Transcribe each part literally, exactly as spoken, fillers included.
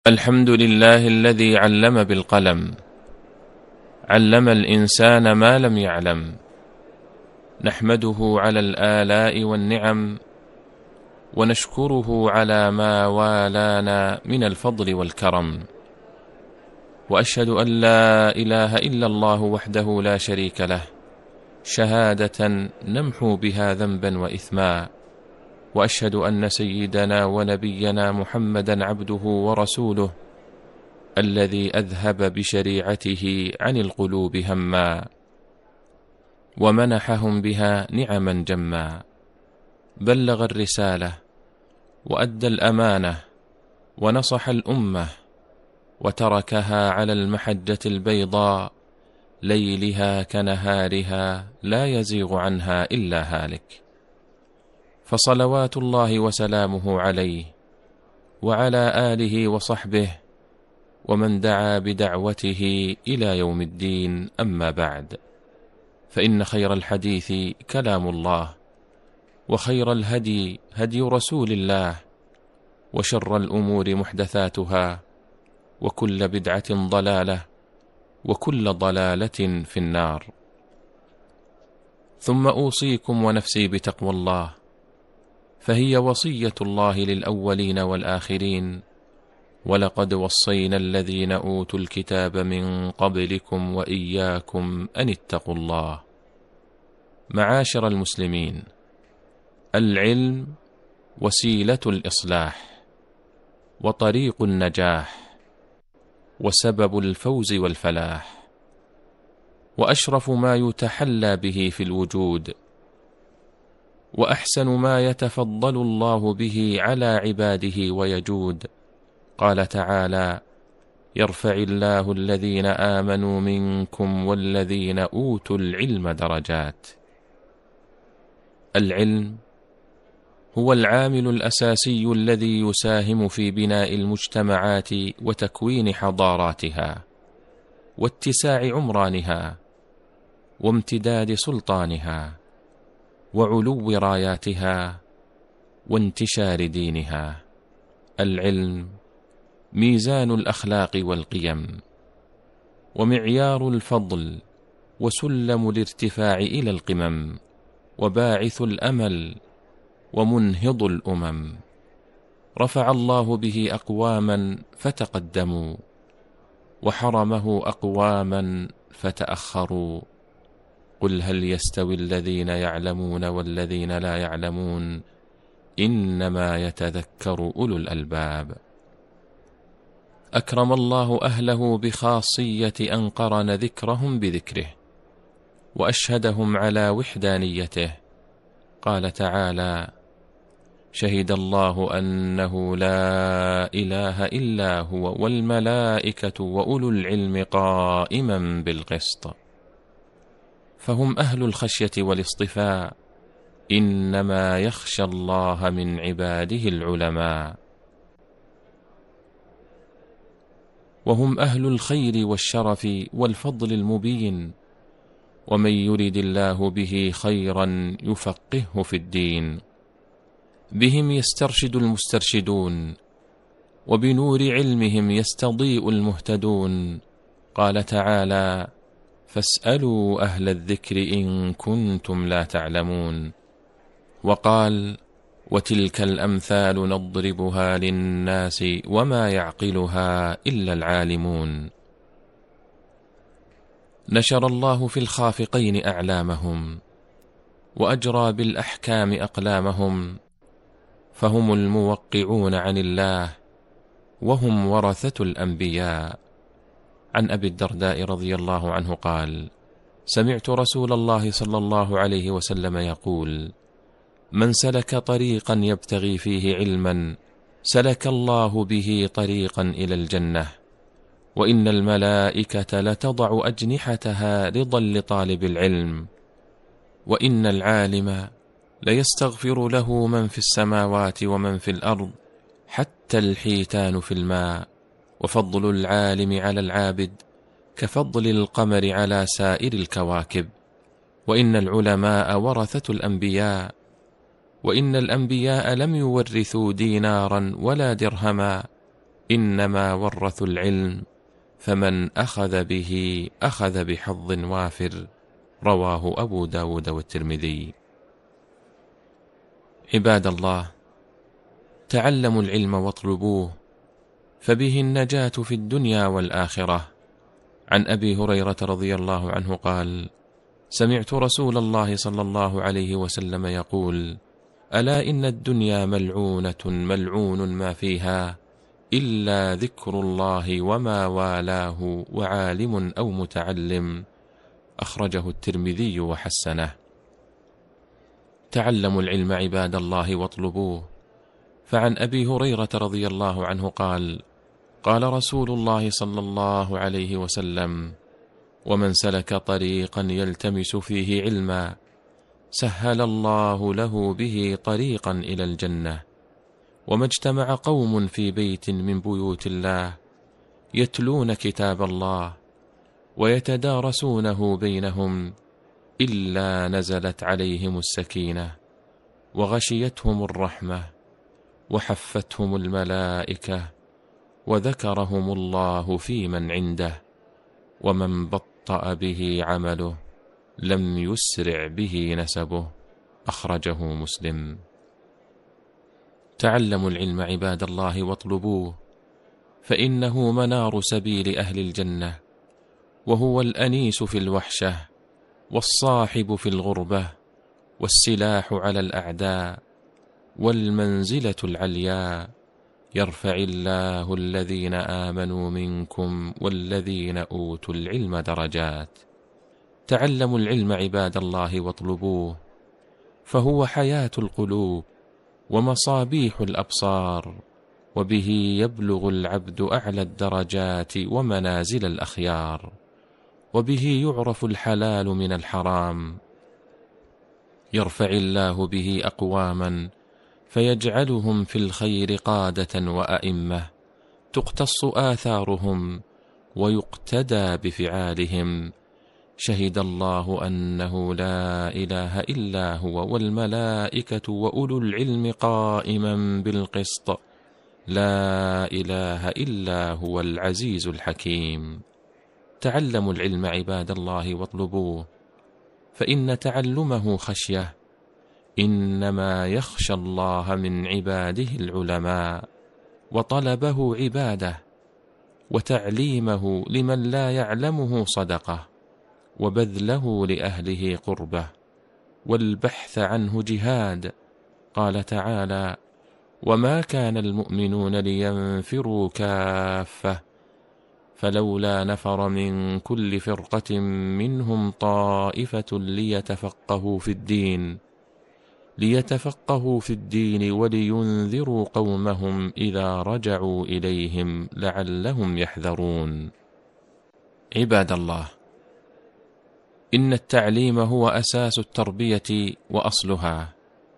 الحمد لله الذي علم بالقلم، علم الإنسان ما لم يعلم. نحمده على الآلاء والنعم، ونشكره على ما والانا من الفضل والكرم. وأشهد أن لا إله إلا الله وحده لا شريك له، شهادة نمحو بها ذنبا وإثما. وأشهد أن سيدنا ونبينا محمدا عبده ورسوله، الذي أذهب بشريعته عن القلوب هما، ومنحهم بها نعما جما. بلغ الرسالة وأدى الأمانة ونصح الأمة، وتركها على المحجة البيضاء، ليلها كنهارها لا يزيغ عنها إلا هالك. فصلوات الله وسلامه عليه وعلى آله وصحبه ومن دعا بدعوته إلى يوم الدين. أما بعد، فإن خير الحديث كلام الله، وخير الهدي هدي رسول الله، وشر الأمور محدثاتها، وكل بدعة ضلالة، وكل ضلالة في النار. ثم أوصيكم ونفسي بتقوى الله، فهي وصية الله للأولين والآخرين. ولقد وصينا الذين أوتوا الكتاب من قبلكم وإياكم أن اتقوا الله. معاشر المسلمين، العلم وسيلة الإصلاح، وطريق النجاح، وسبب الفوز والفلاح، وأشرف ما يتحلى به في الوجود، وأحسن ما يتفضل الله به على عباده ويجود. قال تعالى: يرفع الله الذين آمنوا منكم والذين أوتوا العلم درجات. العلم هو العامل الأساسي الذي يساهم في بناء المجتمعات وتكوين حضاراتها، واتساع عمرانها، وامتداد سلطانها، وعلو راياتها، وانتشار دينها. العلم ميزان الأخلاق والقيم، ومعيار الفضل، وسلم الارتفاع إلى القمم، وباعث الأمل، ومنهض الأمم. رفع الله به أقواما فتقدموا، وحرمه أقواما فتأخروا. قل هل يستوي الذين يعلمون والذين لا يعلمون، إنما يتذكر أولو الألباب. أكرم الله أهله بخاصية أن قرن ذكرهم بذكره، وأشهدهم على وحدانيته. قال تعالى: شهد الله أنه لا إله إلا هو والملائكة وأولو العلم قائما بالقسط. فهم أهل الخشية والاصطفاء، إنما يخشى الله من عباده العلماء. وهم أهل الخير والشرف والفضل المبين، ومن يرد الله به خيرا يفقهه في الدين. بهم يسترشد المسترشدون، وبنور علمهم يستضيء المهتدون. قال تعالى: فاسألوا أهل الذكر إن كنتم لا تعلمون. وقال: وتلك الأمثال نضربها للناس وما يعقلها إلا العالمون. نشر الله في الخافقين أعلامهم، وأجرى بالأحكام أقلامهم، فهم الموقعون عن الله، وهم ورثة الأنبياء. عن أبي الدرداء رضي الله عنه قال: سمعت رسول الله صلى الله عليه وسلم يقول: من سلك طريقا يبتغي فيه علما سلك الله به طريقا إلى الجنة، وإن الملائكة لتضع أجنحتها رضا لطالب العلم، وإن العالم ليستغفر له من في السماوات ومن في الأرض حتى الحيتان في الماء. وفضل العالم على العابد كفضل القمر على سائر الكواكب. وإن العلماء ورثة الأنبياء، وإن الأنبياء لم يورثوا دينارا ولا درهما، إنما ورثوا العلم، فمن أخذ به أخذ بحظ وافر. رواه أبو داود والترمذي. عباد الله، تعلموا العلم واطلبوه، فبه النجاة في الدنيا والآخرة. عن أبي هريرة رضي الله عنه قال: سمعت رسول الله صلى الله عليه وسلم يقول: ألا إن الدنيا ملعونة ملعون ما فيها إلا ذكر الله وما والاه وعالم أو متعلم. أخرجه الترمذي وحسنه. تعلموا العلم عباد الله واطلبوه، فعن أبي هريرة رضي الله عنه قال: قال رسول الله صلى الله عليه وسلم: ومن سلك طريقا يلتمس فيه علما سهل الله له به طريقا إلى الجنة. وما اجتمع قوم في بيت من بيوت الله يتلون كتاب الله ويتدارسونه بينهم إلا نزلت عليهم السكينة وغشيتهم الرحمة وحفتهم الملائكة وذكرهم الله في من عنده. ومن بطأ به عمله لم يسرع به نسبه. أخرجه مسلم. تعلموا العلم عباد الله واطلبوه، فإنه منار سبيل أهل الجنة، وهو الأنيس في الوحشة والصاحب في الغربة والسلاح على الأعداء والمنزلة العليا. يرفع الله الذين آمنوا منكم والذين أوتوا العلم درجات. تعلموا العلم عباد الله واطلبوه، فهو حياة القلوب ومصابيح الأبصار، وبه يبلغ العبد أعلى الدرجات ومنازل الأخيار، وبه يعرف الحلال من الحرام. يرفع الله به أقواما فيجعلهم في الخير قادة وأئمة، تقتص آثارهم ويقتدى بفعالهم. شهد الله أنه لا إله إلا هو والملائكة وأولو العلم قائما بالقسط. لا إله إلا هو العزيز الحكيم. تعلموا العلم عباد الله واطلبوه، فإن تعلمه خشية. إنما يخشى الله من عباده العلماء، وطلبه عباده، وتعليمه لمن لا يعلمه صدقة، وبذله لأهله قربة، والبحث عنه جهاد. قال تعالى: وما كان المؤمنون لينفروا كافة فلولا نفر من كل فرقة منهم طائفة ليتفقهوا في الدين ليتفقهوا في الدين ولينذروا قومهم إذا رجعوا إليهم لعلهم يحذرون. عباد الله، إن التعليم هو أساس التربية وأصلها،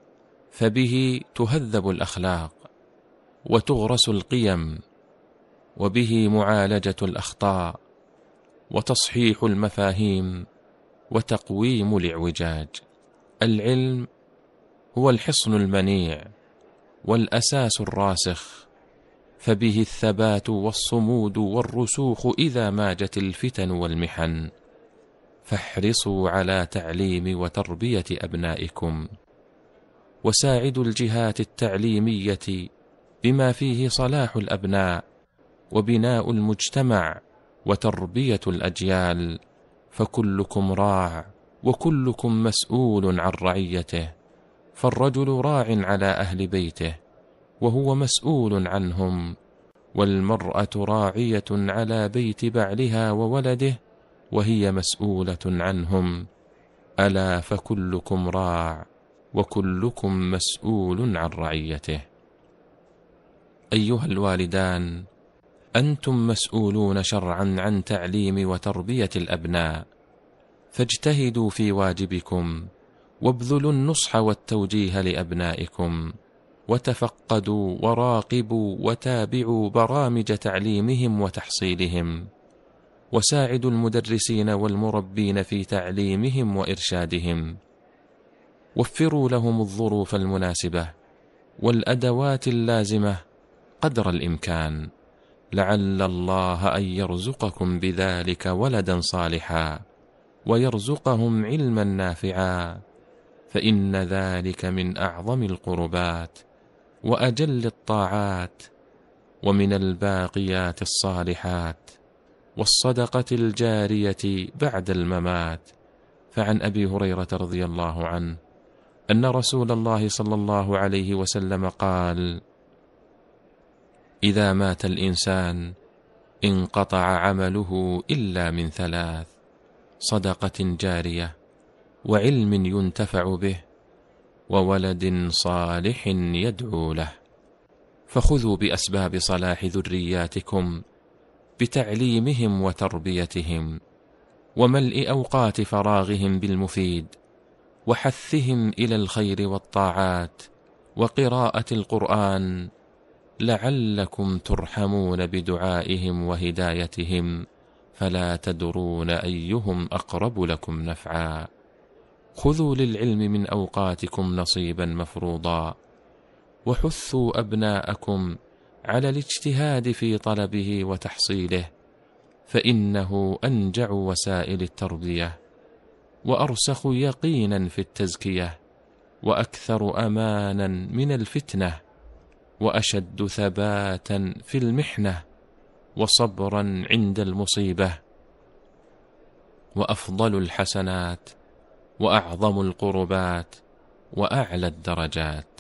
فبه تهذب الأخلاق وتغرس القيم، وبه معالجة الأخطاء وتصحيح المفاهيم وتقويم الاعوجاج. العلم هو الحصن المنيع والأساس الراسخ، فبه الثبات والصمود والرسوخ إذا ماجت الفتن والمحن. فاحرصوا على تعليم وتربية أبنائكم، وساعدوا الجهات التعليمية بما فيه صلاح الأبناء وبناء المجتمع وتربية الأجيال. فكلكم راع وكلكم مسؤول عن رعيته، فالرجل راع على أهل بيته وهو مسؤول عنهم، والمرأة راعية على بيت بعلها وولده وهي مسؤولة عنهم. ألا فكلكم راع وكلكم مسؤول عن رعيته. أيها الوالدان، أنتم مسؤولون شرعا عن تعليم وتربية الأبناء، فاجتهدوا في واجبكم، وابذلوا النصح والتوجيه لأبنائكم، وتفقدوا وراقبوا وتابعوا برامج تعليمهم وتحصيلهم، وساعدوا المدرسين والمربين في تعليمهم وإرشادهم. وفروا لهم الظروف المناسبة والأدوات اللازمة قدر الإمكان، لعل الله أن يرزقكم بذلك ولدا صالحا ويرزقهم علما نافعا، فإن ذلك من أعظم القربات وأجل الطاعات، ومن الباقيات الصالحات والصدقة الجارية بعد الممات. فعن أبي هريرة رضي الله عنه أن رسول الله صلى الله عليه وسلم قال: إذا مات الإنسان انقطع عمله إلا من ثلاث: صدقة جارية، وعلم ينتفع به، وولد صالح يدعو له. فخذوا بأسباب صلاح ذرياتكم بتعليمهم وتربيتهم، وملء أوقات فراغهم بالمفيد، وحثهم إلى الخير والطاعات، وقراءة القرآن، لعلكم ترحمون بدعائهم وهدايتهم، فلا تدرون أيهم أقرب لكم نفعا. خذوا للعلم من أوقاتكم نصيبا مفروضا، وحثوا أبناءكم على الاجتهاد في طلبه وتحصيله، فإنه أنجع وسائل التربية، وأرسخ يقينا في التزكية، وأكثر أمانا من الفتنة، وأشد ثباتا في المحنة، وصبرا عند المصيبة، وأفضل الحسنات، وأعظم القربات، وأعلى الدرجات.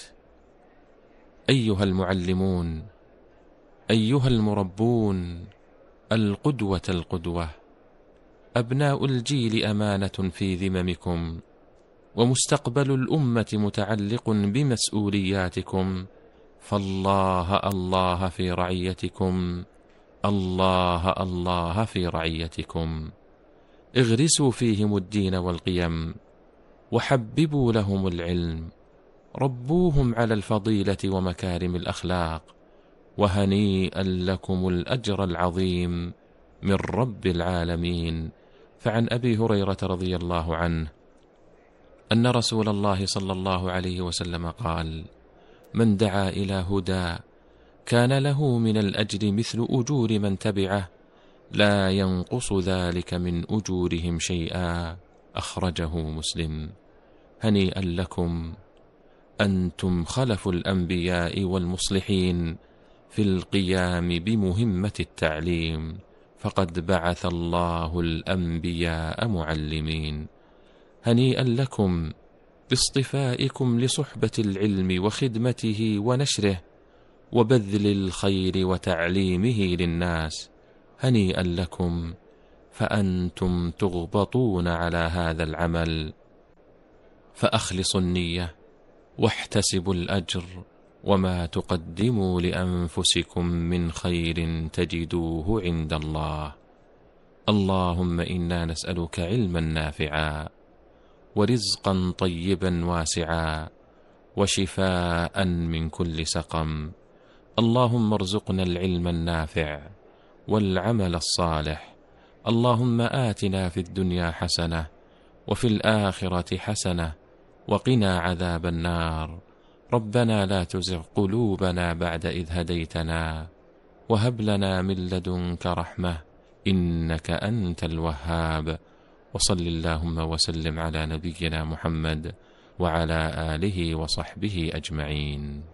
أيها المعلمون، أيها المربون، القدوة القدوة، أبناء الجيل أمانة في ذممكم، ومستقبل الأمة متعلق بمسؤولياتكم، فالله الله في رعيتكم، الله الله في رعيتكم. اغرسوا فيهم الدين والقيم، وحببوا لهم العلم، ربوهم على الفضيلة ومكارم الأخلاق، وهنيئا لكم الأجر العظيم من رب العالمين. فعن أبي هريرة رضي الله عنه أن رسول الله صلى الله عليه وسلم قال: من دعا إلى هدى كان له من الأجر مثل أجور من تبعه، لا ينقص ذلك من أجورهم شيئا. أخرجه مسلم. هنيئا لكم، أنتم خلف الأنبياء والمصلحين في القيام بمهمة التعليم، فقد بعث الله الأنبياء معلمين. هنيئا لكم باصطفائكم لصحبة العلم وخدمته ونشره وبذل الخير وتعليمه للناس. هنيئا لكم، فأنتم تغبطون على هذا العمل، فأخلصوا النية واحتسبوا الأجر، وما تقدموا لأنفسكم من خير تجدوه عند الله. اللهم إنا نسألك علما نافعا، ورزقا طيبا واسعا، وشفاء من كل سقم. اللهم ارزقنا العلم النافع والعمل الصالح. اللهم آتنا في الدنيا حسنة وفي الآخرة حسنة وقنا عذاب النار. ربنا لا تزغ قلوبنا بعد إذ هديتنا، وهب لنا من لدنك رحمة إنك أنت الوهاب. وصل اللهم وسلم على نبينا محمد وعلى آله وصحبه أجمعين.